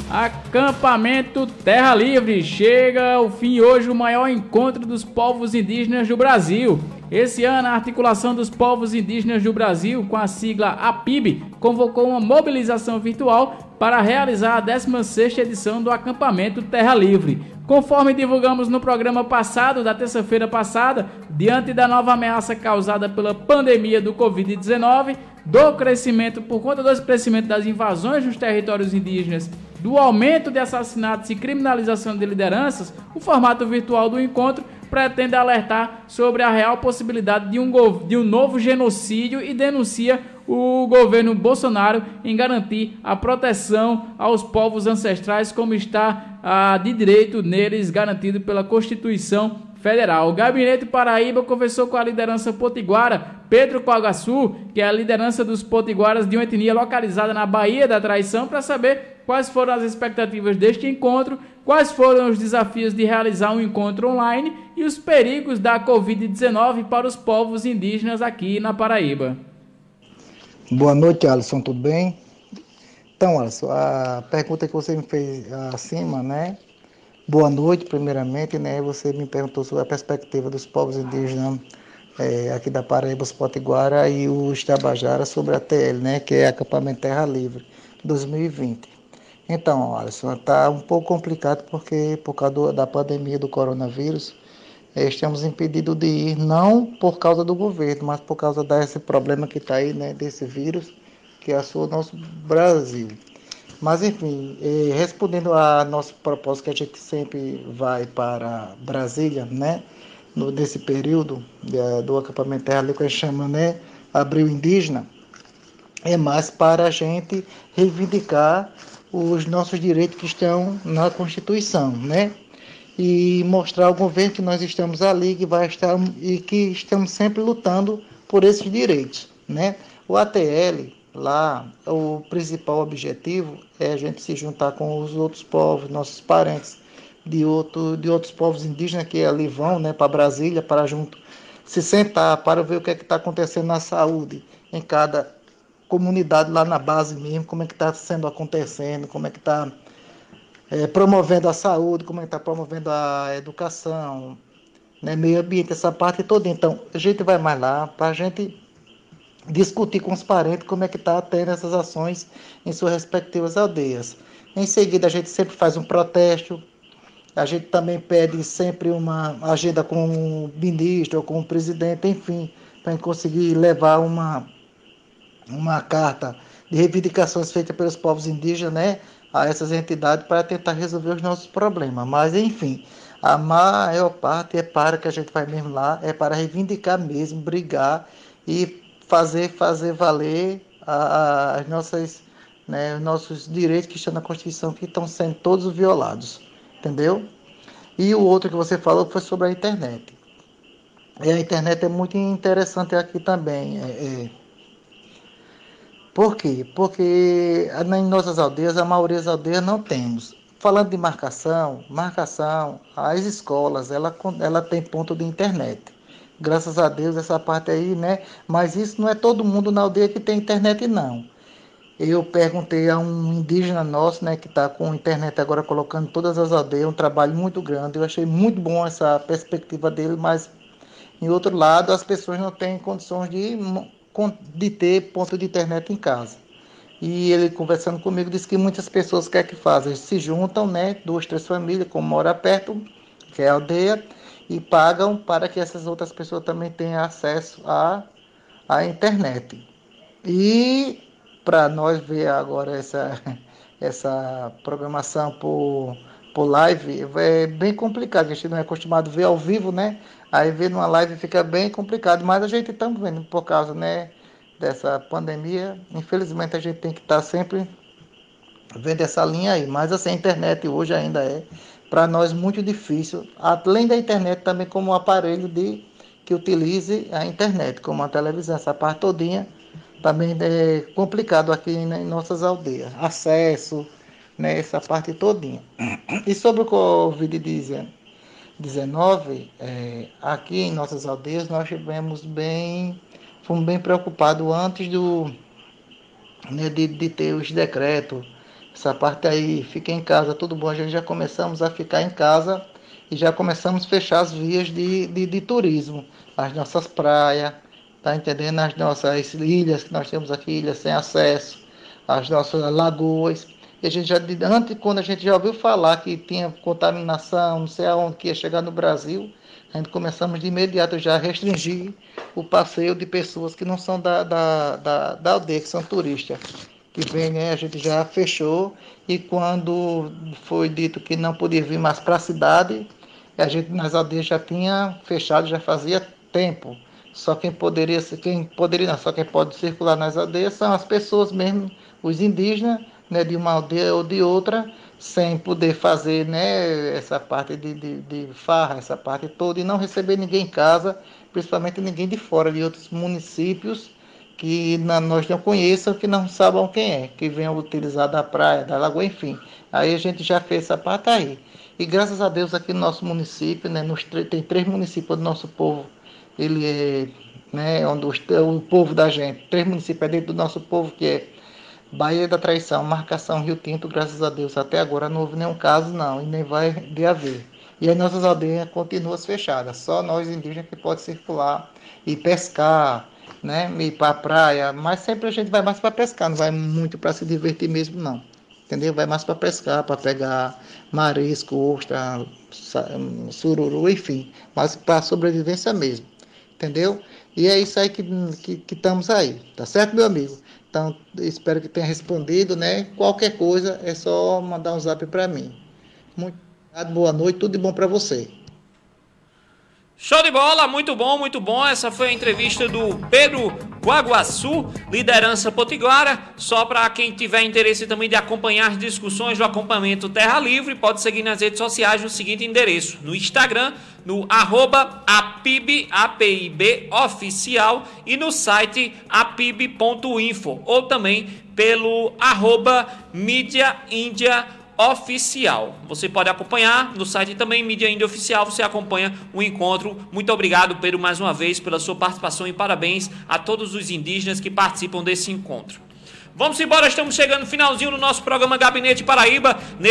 Acampamento Terra Livre. Chega ao fim hoje o maior encontro dos povos indígenas do Brasil. Esse ano, a Articulação dos Povos Indígenas do Brasil, com a sigla APIB, convocou uma mobilização virtual para realizar a 16ª edição do Acampamento Terra Livre. Conforme divulgamos no programa passado, da terça-feira passada, diante da nova ameaça causada pela pandemia do Covid-19, por conta do crescimento das invasões nos territórios indígenas, do aumento de assassinatos e criminalização de lideranças, o formato virtual do encontro pretende alertar sobre a real possibilidade de um novo genocídio e denuncia o governo Bolsonaro em garantir a proteção aos povos ancestrais, como está de direito neles garantido pela Constituição Federal. O Gabinete Paraíba conversou com a liderança potiguara, Pedro Coagaçu, que é a liderança dos potiguaras de uma etnia localizada na Baía da Traição, para saber quais foram as expectativas deste encontro, quais foram os desafios de realizar um encontro online e os perigos da Covid-19 para os povos indígenas aqui na Paraíba. Boa noite, Alisson, tudo bem? Então, Alisson, a pergunta que você me fez acima, né? Boa noite, primeiramente, né? Você me perguntou sobre a perspectiva dos povos indígenas aqui da Paraíba, os Potiguara e os Tabajara sobre a TL, né? Que é Acampamento Terra Livre 2020. Então, Alisson, está um pouco complicado porque por causa da pandemia do coronavírus, estamos impedidos de ir, não por causa do governo, mas por causa desse problema que está aí, né? Desse vírus que assola o nosso Brasil. Mas, enfim, respondendo a nosso propósito, que a gente sempre vai para Brasília, né? Nesse período do acampamento Terra Livre, que a gente chama, né? Abril Indígena, é mais para a gente reivindicar os nossos direitos que estão na Constituição, né? E mostrar ao governo que nós estamos ali, que vai estar e que estamos sempre lutando por esses direitos, né? O ATL, lá, o principal objetivo é a gente se juntar com os outros povos, nossos parentes de outros povos indígenas que ali vão, né, para Brasília, para junto se sentar, para ver o que é que está acontecendo na saúde em cada comunidade lá na base mesmo, como é que está acontecendo, como é que está promovendo a saúde, como é que está promovendo a educação, né, meio ambiente, essa parte toda. Então, a gente vai mais lá para a gente discutir com os parentes como é que está tendo essas ações em suas respectivas aldeias. Em seguida, a gente sempre faz um protesto, a gente também pede sempre uma agenda com o ministro ou com o presidente, enfim, para conseguir levar uma carta de reivindicações feitas pelos povos indígenas, né, a essas entidades para tentar resolver os nossos problemas. Mas, enfim, a maior parte é para que a gente vai mesmo lá, é para reivindicar mesmo, brigar e fazer valer as nossas, né, os nossos direitos que estão na Constituição, que estão sendo todos violados, entendeu? E o outro que você falou foi sobre a internet. E a internet é muito interessante aqui também. Por quê? Porque em nossas aldeias, a maioria das aldeias não temos. Falando de marcação, as escolas, ela tem ponto de internet. Graças a Deus, essa parte aí, né? Mas isso não é todo mundo na aldeia que tem internet, não. Eu perguntei a um indígena nosso, né, que está com internet agora colocando todas as aldeias, um trabalho muito grande. Eu achei muito bom essa perspectiva dele, mas, em outro lado, as pessoas não têm condições de ter ponto de internet em casa. E ele, conversando comigo, disse que muitas pessoas que fazem? Se juntam, né, 2, 3 famílias, como mora perto, que é a aldeia, e pagam para que essas outras pessoas também tenham acesso à internet. E para nós ver agora essa programação por live, é bem complicado, a gente não é acostumado a ver ao vivo, né? Aí ver numa live fica bem complicado, mas a gente está vendo por causa, né, dessa pandemia, infelizmente a gente tem que estar sempre vendo essa linha aí, mas assim, a internet hoje ainda é para nós muito difícil, além da internet também como um aparelho que utilize a internet, como a televisão, essa parte todinha também é complicado aqui em nossas aldeias, acesso, né, essa parte todinha. E sobre o Covid-19, aqui em nossas aldeias nós fomos bem preocupados antes né, de ter os decretos Essa parte aí, fica em casa, tudo bom. A gente já começamos a ficar em casa e já começamos a fechar as vias de turismo, as nossas praias, tá entendendo? As nossas ilhas, que nós temos aqui, ilhas sem acesso, as nossas lagoas. E a gente já, antes, quando a gente já ouviu falar que tinha contaminação, não sei aonde que ia chegar no Brasil, a gente começamos de imediato já a restringir o passeio de pessoas que não são da aldeia, que são turistas. Que vem, né, a gente já fechou, e quando foi dito que não podia vir mais para a cidade, a gente nas aldeias já tinha fechado, já fazia tempo. Só quem pode circular nas aldeias são as pessoas mesmo, os indígenas, né, de uma aldeia ou de outra, sem poder fazer, né, essa parte de farra, essa parte toda, e não receber ninguém em casa, principalmente ninguém de fora, de outros municípios, que nós não conheçam, que não saibam quem é, que venham utilizar da praia, da lagoa, enfim. Aí a gente já fez essa parte aí. E graças a Deus aqui no nosso município, né, tem 3 municípios do nosso povo, ele é, né, onde o povo da gente, 3 municípios é dentro do nosso povo, que é Baía da Traição, Marcação, Rio Tinto, graças a Deus, até agora não houve nenhum caso não, e nem vai de haver. E as nossas aldeias continuam fechadas, só nós indígenas que pode circular e pescar, né, ir para a praia, mas sempre a gente vai mais para pescar, não vai muito para se divertir mesmo não, entendeu? Vai mais para pescar, para pegar marisco, ostra, sururu, enfim, mas para sobrevivência mesmo, entendeu? E é isso aí que estamos aí, tá certo, meu amigo? Então, espero que tenha respondido, né? Qualquer coisa é só mandar um zap para mim. Muito obrigado, boa noite, tudo de bom para você. Show de bola, muito bom, muito bom. Essa foi a entrevista do Pedro Guaguaçu, liderança potiguara. Só para quem tiver interesse também de acompanhar as discussões do acampamento Terra Livre, pode seguir nas redes sociais no seguinte endereço: no Instagram, no @apib oficial, e no site apib.info, ou também pelo @mídia índia oficial. Você pode acompanhar no site também, Mídia Índia Oficial, você acompanha o encontro. Muito obrigado, Pedro, mais uma vez pela sua participação, e parabéns a todos os indígenas que participam desse encontro. Vamos embora, estamos chegando no finalzinho do nosso programa Gabinete Paraíba.